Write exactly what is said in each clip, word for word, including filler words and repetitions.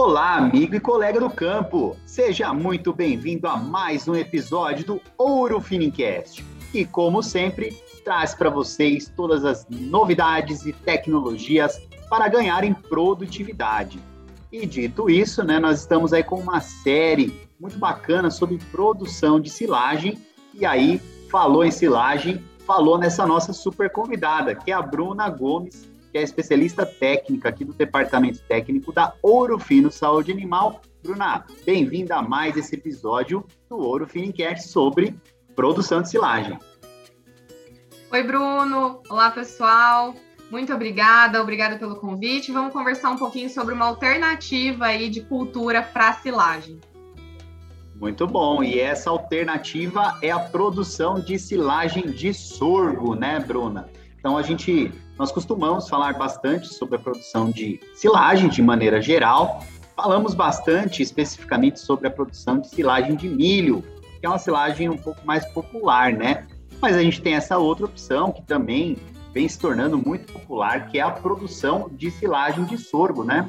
Olá, amigo e colega do campo! Seja muito bem-vindo a mais um episódio do Ouro Finicast. E, como sempre, traz para vocês todas as novidades e tecnologias para ganhar em produtividade. E dito isso, né, nós estamos aí com uma série muito bacana sobre produção de silagem. E aí, falou em silagem, falou nessa nossa super convidada, que é a Bruna Gomes, que é especialista técnica aqui do Departamento Técnico da Ouro Fino Saúde Animal. Bruna, bem-vinda a mais esse episódio do Ouro Finicast sobre produção de silagem. Oi, Bruno. Olá, pessoal. Muito obrigada, obrigada pelo convite. Vamos conversar um pouquinho sobre uma alternativa aí de cultura para silagem. Muito bom. E essa alternativa é a produção de silagem de sorgo, né, Bruna? Então, a gente, nós costumamos falar bastante sobre a produção de silagem de maneira geral. Falamos bastante especificamente sobre a produção de silagem de milho, que é uma silagem um pouco mais popular, né? Mas a gente tem essa outra opção que também vem se tornando muito popular, que é a produção de silagem de sorgo, né?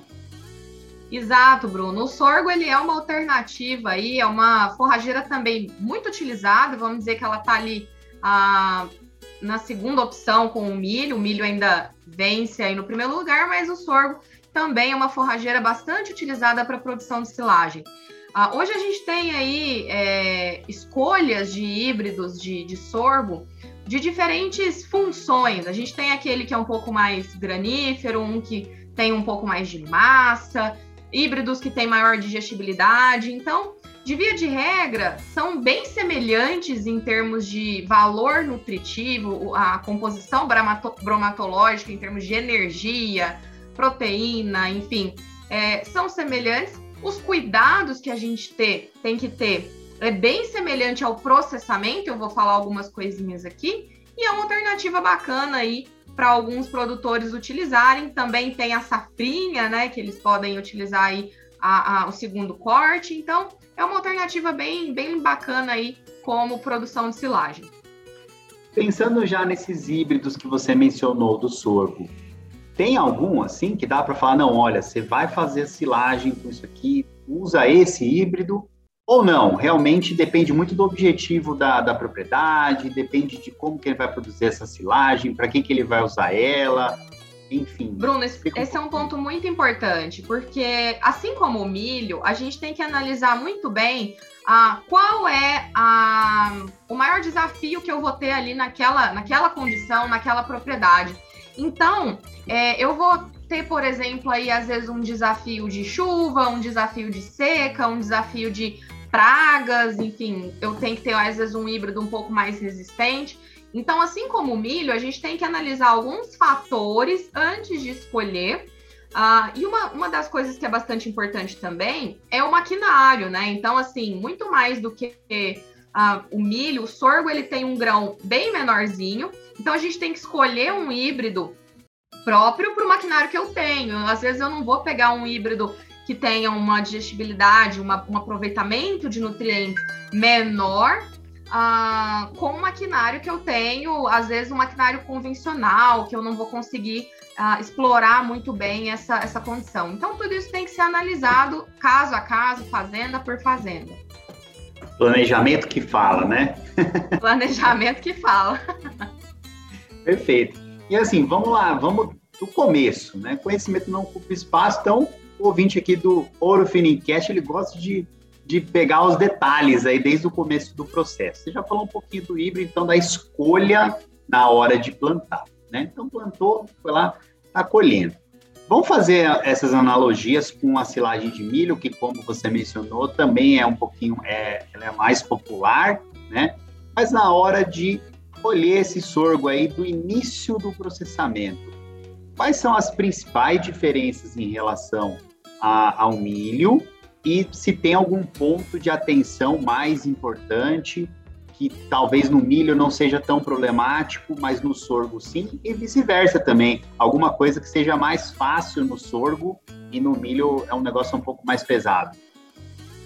Exato, Bruno. O sorgo, ele é uma alternativa aí, é uma forrageira também muito utilizada. Vamos dizer que ela está ali ah, na segunda opção com o milho. O milho ainda vence aí no primeiro lugar, mas o sorgo também é uma forrageira bastante utilizada para a produção de silagem. Ah, hoje a gente tem aí é, escolhas de híbridos de, de sorgo de diferentes funções. A gente tem aquele que é um pouco mais granífero, um que tem um pouco mais de massa, híbridos que têm maior digestibilidade. Então, de via de regra, são bem semelhantes em termos de valor nutritivo, a composição bromatológica em termos de energia, proteína, enfim, é, são semelhantes. Os cuidados que a gente ter, tem que ter é bem semelhante ao processamento, eu vou falar algumas coisinhas aqui, e é uma alternativa bacana aí para alguns produtores utilizarem. Também tem a safrinha, né, que eles podem utilizar aí a, a, o segundo corte. Então, é uma alternativa bem, bem bacana aí como produção de silagem. Pensando já nesses híbridos que você mencionou do sorgo, tem algum, assim, que dá para falar, não, olha, você vai fazer silagem com isso aqui, usa esse híbrido, ou não? Realmente depende muito do objetivo da, da propriedade, depende de como que ele vai produzir essa silagem, para que que ele vai usar ela, enfim. Bruno, esse, um esse é um ponto muito importante, porque assim como o milho, a gente tem que analisar muito bem ah, qual é a, o maior desafio que eu vou ter ali naquela, naquela condição, naquela propriedade. Então, é, eu vou ter, por exemplo, aí, às vezes, um desafio de chuva, um desafio de seca, um desafio de pragas, enfim, eu tenho que ter, às vezes, um híbrido um pouco mais resistente. Então, assim como o milho, a gente tem que analisar alguns fatores antes de escolher. Uh, e uma, uma das coisas que é bastante importante também é o maquinário, né? Então, assim, muito mais do que uh, o milho, o sorgo, ele tem um grão bem menorzinho. Então, a gente tem que escolher um híbrido próprio para o maquinário que eu tenho. Às vezes, eu não vou pegar um híbrido que tenha uma digestibilidade, uma, um aproveitamento de nutrientes menor uh, com o maquinário que eu tenho, às vezes, um maquinário convencional, que eu não vou conseguir uh, explorar muito bem essa, essa condição. Então, tudo isso tem que ser analisado caso a caso, fazenda por fazenda. Planejamento que fala, né? Planejamento que fala. Perfeito. E assim, vamos lá, vamos do começo, né? Conhecimento não ocupa espaço, então o ouvinte aqui do Ouro Finicast, ele gosta de, de pegar os detalhes aí desde o começo do processo. Você já falou um pouquinho do híbrido, então da escolha na hora de plantar, né? Então plantou, foi lá, tá colhendo. Vamos fazer essas analogias com a silagem de milho, que como você mencionou, também é um pouquinho, é, ela é mais popular, né? Mas na hora de colher esse sorgo aí do início do processamento, quais são as principais diferenças em relação a, ao milho e se tem algum ponto de atenção mais importante que talvez no milho não seja tão problemático, mas no sorgo sim, e vice-versa também, alguma coisa que seja mais fácil no sorgo e no milho é um negócio um pouco mais pesado?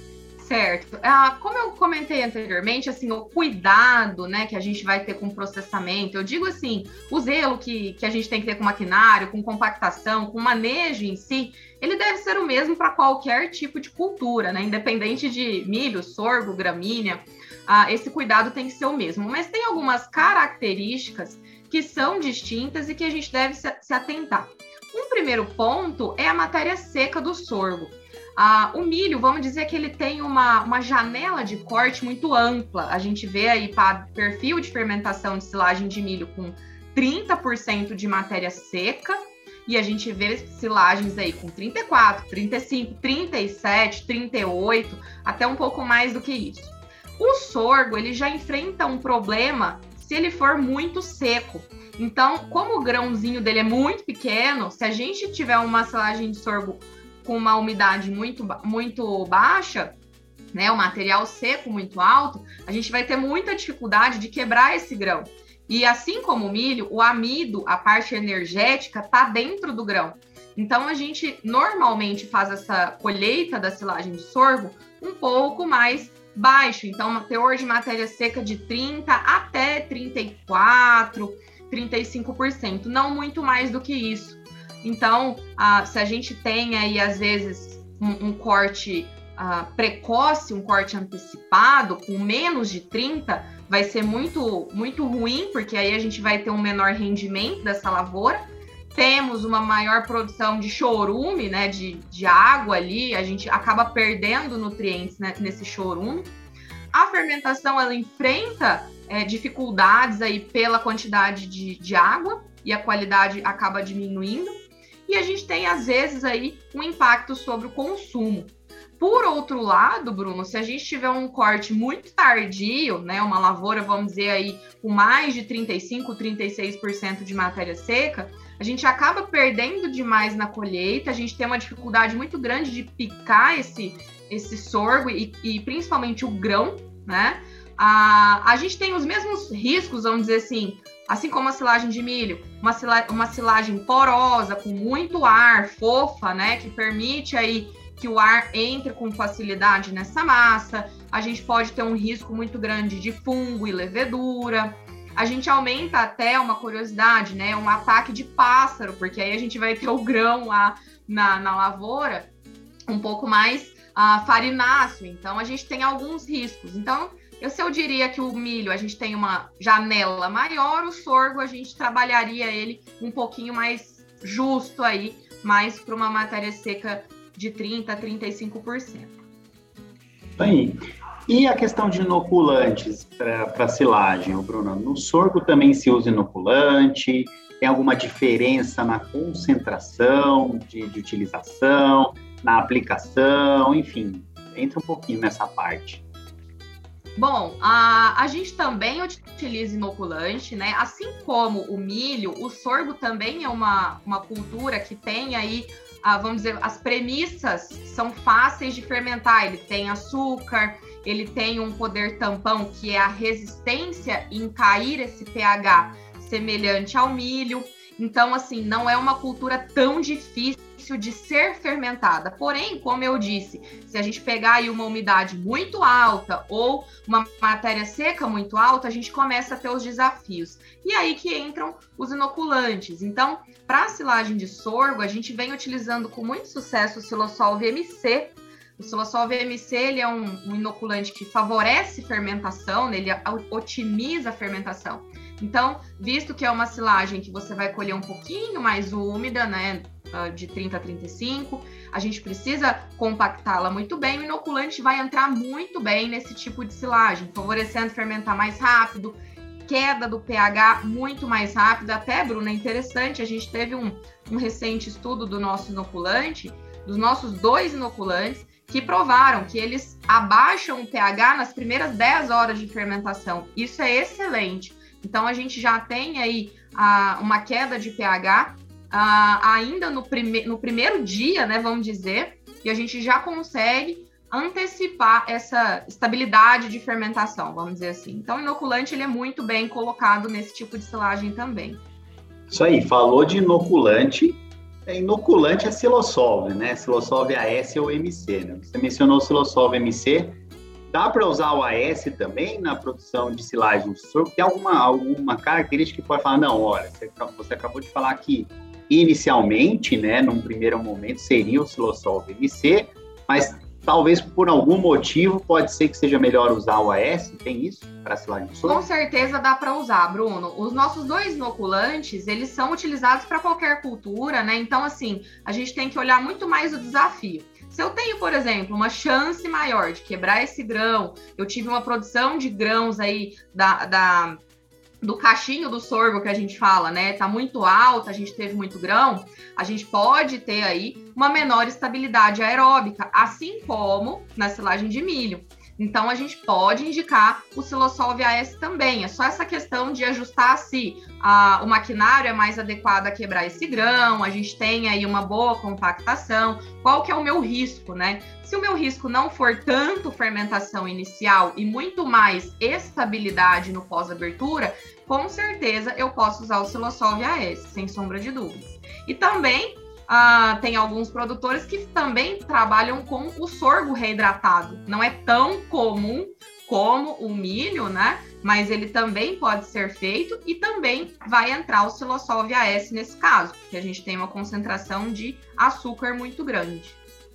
Certo. Ah, como eu comentei anteriormente, assim, o cuidado, né, que a gente vai ter com o processamento, eu digo assim, o zelo que, que a gente tem que ter com maquinário, com compactação, com manejo em si, ele deve ser o mesmo para qualquer tipo de cultura, né, independente de milho, sorgo, gramínea, ah, esse cuidado tem que ser o mesmo. Mas tem algumas características que são distintas e que a gente deve se, se atentar. Um primeiro ponto é a matéria seca do sorgo. Ah, o milho, vamos dizer que ele tem uma, uma janela de corte muito ampla. A gente vê aí para perfil de fermentação de silagem de milho com trinta por cento de matéria seca, e a gente vê silagens aí com trinta e quatro, trinta e cinco, trinta e sete, trinta e oito, até um pouco mais do que isso. O sorgo, ele já enfrenta um problema se ele for muito seco. Então, como o grãozinho dele é muito pequeno, se a gente tiver uma silagem de sorgo com uma umidade muito, muito baixa, né, o material seco muito alto, a gente vai ter muita dificuldade de quebrar esse grão. E assim como o milho, o amido, a parte energética, está dentro do grão. Então, a gente normalmente faz essa colheita da silagem de sorgo um pouco mais baixo. Então, um teor de matéria seca de trinta até trinta e quatro, trinta e cinco por cento, não muito mais do que isso. Então, ah, se a gente tem aí, às vezes, um, um corte ah, precoce, um corte antecipado, com menos de trinta, vai ser muito, muito ruim, porque aí a gente vai ter um menor rendimento dessa lavoura. Temos uma maior produção de chorume, né, de, de água ali, a gente acaba perdendo nutrientes, né, nesse chorume. A fermentação, ela enfrenta é, dificuldades aí pela quantidade de, de água, e a qualidade acaba diminuindo. E a gente tem, às vezes, aí um impacto sobre o consumo. Por outro lado, Bruno, se a gente tiver um corte muito tardio, né, uma lavoura, vamos dizer aí, com mais de trinta e cinco, trinta e seis por cento de matéria seca, a gente acaba perdendo demais na colheita, a gente tem uma dificuldade muito grande de picar esse, esse sorgo e, e principalmente o grão, né? A, a gente tem os mesmos riscos, vamos dizer assim, assim como a silagem de milho, uma, sila, uma silagem porosa, com muito ar, fofa, né, que permite aí que o ar entre com facilidade nessa massa. A gente pode ter um risco muito grande de fungo e levedura. A gente aumenta até uma curiosidade, né, um ataque de pássaro, porque aí a gente vai ter o grão lá na, na lavoura um pouco mais uh, farináceo. Então, a gente tem alguns riscos. Então, Eu, se eu diria que o milho a gente tem uma janela maior, o sorgo a gente trabalharia ele um pouquinho mais justo aí, mais para uma matéria seca de trinta a trinta e cinco por cento. Bem, e a questão de inoculantes para silagem, Bruno? No sorgo também se usa inoculante? Tem alguma diferença na concentração de, de utilização, na aplicação, enfim, entra um pouquinho nessa parte. Bom, a, a gente também utiliza inoculante, né? Assim como o milho, o sorgo também é uma, uma cultura que tem aí, ah, vamos dizer, as premissas são fáceis de fermentar. Ele tem açúcar, ele tem um poder tampão, que é a resistência em cair esse pH semelhante ao milho. Então, assim, não é uma cultura tão difícil de ser fermentada. Porém, como eu disse, se a gente pegar aí uma umidade muito alta ou uma matéria seca muito alta, a gente começa a ter os desafios. E aí que entram os inoculantes. Então, para a silagem de sorgo, a gente vem utilizando com muito sucesso o Silosol V M C. O Silosol V M C ele é um, um inoculante que favorece fermentação, né? Ele otimiza a fermentação. Então, visto que é uma silagem que você vai colher um pouquinho mais úmida, né, de trinta a trinta e cinco, a gente precisa compactá-la muito bem, o inoculante vai entrar muito bem nesse tipo de silagem, favorecendo fermentar mais rápido, queda do pH muito mais rápida. Até, Bruno, é interessante, a gente teve um, um recente estudo do nosso inoculante, dos nossos dois inoculantes, que provaram que eles abaixam o pH nas primeiras dez horas de fermentação. Isso é excelente. Então, a gente já tem aí ah, uma queda de pH ah, ainda no, prime- no primeiro dia, né, vamos dizer, e a gente já consegue antecipar essa estabilidade de fermentação, vamos dizer assim. Então, o inoculante ele é muito bem colocado nesse tipo de silagem também. Isso aí, falou de inoculante, inoculante é Silosolv, né? Silosolv A S ou M C, né? Você mencionou o Silosolv M C. Dá para usar o A S também na produção de silagem de sorgo? Tem alguma, alguma característica que pode falar, não, olha, você, você acabou de falar que inicialmente, né, num primeiro momento, seria o Silosolv M C, mas talvez por algum motivo pode ser que seja melhor usar o A S, tem isso para silagem de sorgo? Com certeza dá para usar, Bruno. Os nossos dois inoculantes, eles são utilizados para qualquer cultura, né? Então, assim, a gente tem que olhar muito mais o desafio. Se eu tenho, por exemplo, uma chance maior de quebrar esse grão, eu tive uma produção de grãos aí da... da do cachinho do sorgo que a gente fala, né, tá muito alta, a gente teve muito grão, a gente pode ter aí uma menor estabilidade aeróbica, assim como na silagem de milho. Então, a gente pode indicar o Silosolv A S também. É só essa questão de ajustar se a, o maquinário é mais adequado a quebrar esse grão, a gente tem aí uma boa compactação. Qual que é o meu risco, né? Se o meu risco não for tanto fermentação inicial e muito mais estabilidade no pós-abertura, com certeza eu posso usar o Silosolv A S, sem sombra de dúvidas. E também... Ah, tem alguns produtores que também trabalham com o sorgo reidratado. Não é tão comum como o milho, né? Mas ele também pode ser feito e também vai entrar o Silosolv A S nesse caso, porque a gente tem uma concentração de açúcar muito grande.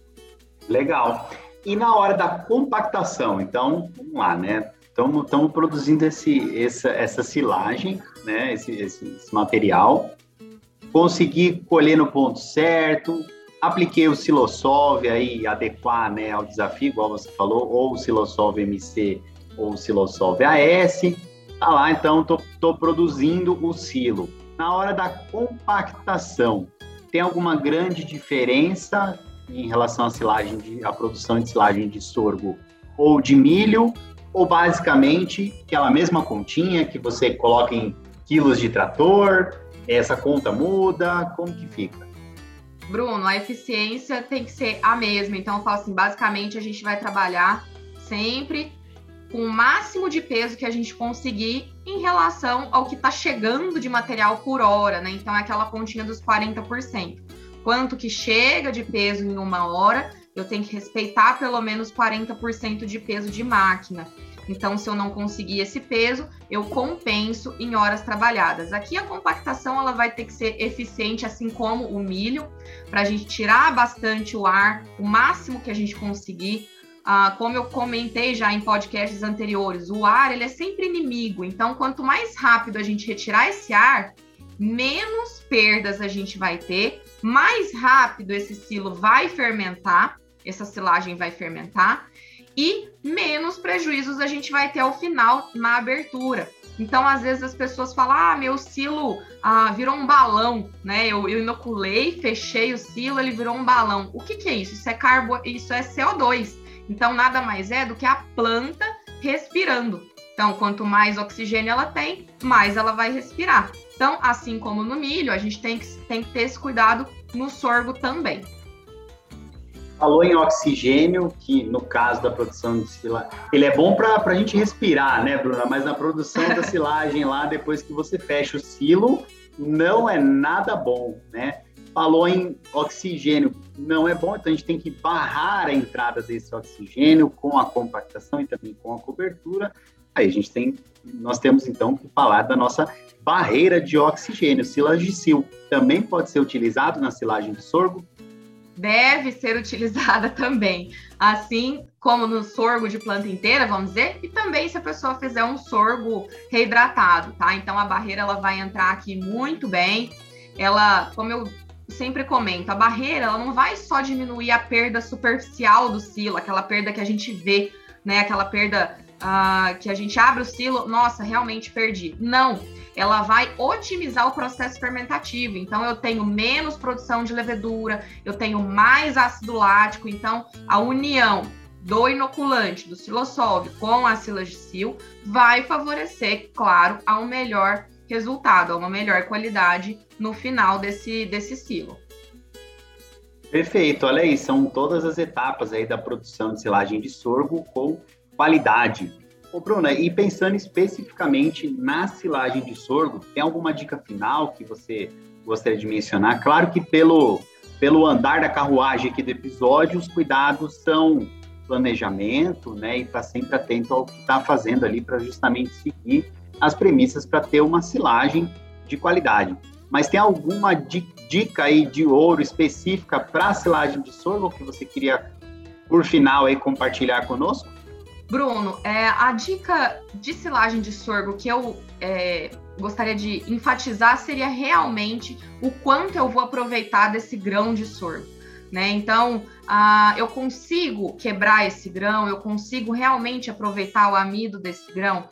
Legal. E na hora da compactação, então, vamos lá, né? Estamos produzindo esse, essa, essa silagem, né? Esse, esse, esse material. Consegui colher no ponto certo, apliquei o Silosolv aí, adequar, né, ao desafio, igual você falou, ou o Silosolv M C ou o Silosolv A S. Tá lá, então, tô, tô produzindo o silo. Na hora da compactação, tem alguma grande diferença em relação à silagem de, à produção de silagem de sorgo ou de milho, ou basicamente aquela mesma continha que você coloca em quilos de trator? Essa conta muda? Como que fica? Bruno, a eficiência tem que ser a mesma. Então, eu falo assim, basicamente, a gente vai trabalhar sempre com o máximo de peso que a gente conseguir em relação ao que está chegando de material por hora, né? Então, é aquela continha dos quarenta por cento. Quanto que chega de peso em uma hora, eu tenho que respeitar pelo menos quarenta por cento de peso de máquina. Então, se eu não conseguir esse peso, eu compenso em horas trabalhadas. Aqui a compactação ela vai ter que ser eficiente, assim como o milho, para a gente tirar bastante o ar, o máximo que a gente conseguir. Ah, como eu comentei já em podcasts anteriores, o ar ele é sempre inimigo. Então, quanto mais rápido a gente retirar esse ar, menos perdas a gente vai ter, mais rápido esse silo vai fermentar, essa silagem vai fermentar, e menos prejuízos a gente vai ter ao final na abertura. Então, às vezes as pessoas falam, ah, meu silo ah, virou um balão, né? Eu, eu inoculei, fechei o silo, ele virou um balão. O que que é isso? Isso é carbo... isso é C O dois. Então, nada mais é do que a planta respirando. Então, quanto mais oxigênio ela tem, mais ela vai respirar. Então, assim como no milho, a gente tem que, tem que ter esse cuidado no sorgo também. Falou em oxigênio, que no caso da produção de silagem, ele é bom para a gente respirar, né, Bruna? Mas na produção da silagem lá, depois que você fecha o silo, não é nada bom, né? Falou em oxigênio, não é bom, então a gente tem que barrar a entrada desse oxigênio com a compactação e também com a cobertura. Aí a gente tem, nós temos então que falar da nossa barreira de oxigênio. Silagicil também pode ser utilizado na silagem de sorgo? Deve ser utilizada também, assim como no sorgo de planta inteira, vamos dizer, e também se a pessoa fizer um sorgo reidratado, tá? Então a barreira ela vai entrar aqui muito bem. Ela, como eu sempre comento, a barreira ela não vai só diminuir a perda superficial do silo, aquela perda que a gente vê, né? Aquela perda uh, que a gente abre o silo, nossa, realmente perdi. Não. Ela vai otimizar o processo fermentativo. Então, eu tenho menos produção de levedura, eu tenho mais ácido lático. Então, a união do inoculante, do Silosolv com a Silagicil vai favorecer, claro, a um melhor resultado, a uma melhor qualidade no final desse, desse silo. Perfeito. Olha aí, são todas as etapas aí da produção de silagem de sorgo com qualidade. Ô, Bruna, e pensando especificamente na silagem de sorgo, tem alguma dica final que você gostaria de mencionar? Claro que pelo, pelo andar da carruagem aqui do episódio, os cuidados são planejamento, né, e estar tá sempre atento ao que está fazendo ali para justamente seguir as premissas para ter uma silagem de qualidade. Mas tem alguma dica aí de ouro específica para a silagem de sorgo que você queria, por final, aí, compartilhar conosco? Bruno, é, a dica de silagem de sorgo que eu é, gostaria de enfatizar seria realmente o quanto eu vou aproveitar desse grão de sorgo, né? Então, ah, eu consigo quebrar esse grão, eu consigo realmente aproveitar o amido desse grão.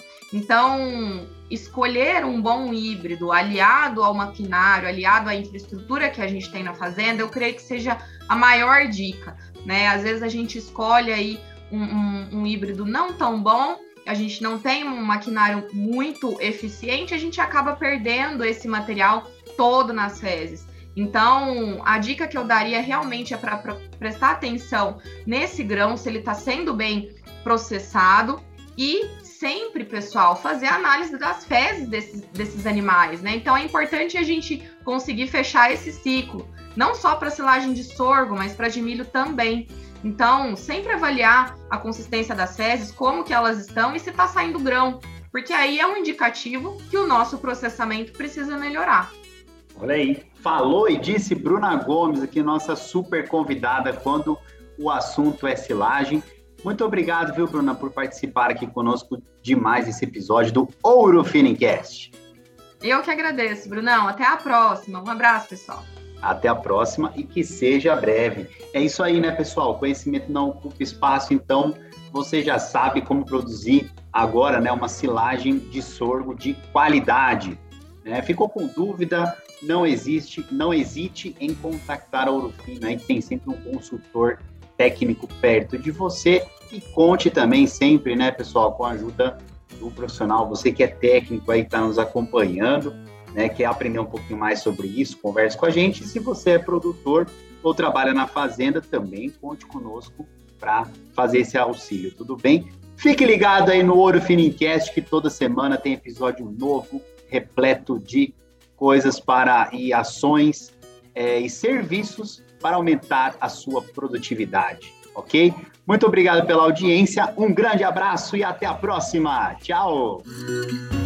Então, escolher um bom híbrido aliado ao maquinário, aliado à infraestrutura que a gente tem na fazenda, eu creio que seja a maior dica, né? Às vezes a gente escolhe aí Um, um, um híbrido não tão bom, a gente não tem um maquinário muito eficiente, a gente acaba perdendo esse material todo nas fezes. Então, a dica que eu daria realmente é para prestar atenção nesse grão, se ele está sendo bem processado e sempre, pessoal, fazer a análise das fezes desses, desses animais, né? Então, é importante a gente conseguir fechar esse ciclo, não só para silagem de sorgo, mas para de milho também. Então, sempre avaliar a consistência das fezes, como que elas estão e se está saindo grão, porque aí é um indicativo que o nosso processamento precisa melhorar. Olha aí, falou e disse Bruna Gomes, aqui nossa super convidada quando o assunto é silagem. Muito obrigado, viu, Bruna, por participar aqui conosco de mais esse episódio do Ouro Finicast. Eu que agradeço, Brunão. Até a próxima. Um abraço, pessoal. Até a próxima e que seja breve. É isso aí, né, pessoal? Conhecimento não ocupa espaço, então você já sabe como produzir agora, né, uma silagem de sorgo de qualidade. Né? Ficou com dúvida? Não existe, não hesite em contactar a Ouro Fino, aí que tem sempre um consultor técnico perto de você e conte também sempre, né, pessoal, com a ajuda do profissional. Você que é técnico aí, que está nos acompanhando, né, quer aprender um pouquinho mais sobre isso, converse com a gente. E se você é produtor ou trabalha na fazenda, também conte conosco para fazer esse auxílio, tudo bem? Fique ligado aí no Ouro Finicast, que toda semana tem episódio novo, repleto de coisas para e ações é, e serviços para aumentar a sua produtividade, ok? Muito obrigado pela audiência, um grande abraço e até a próxima. Tchau!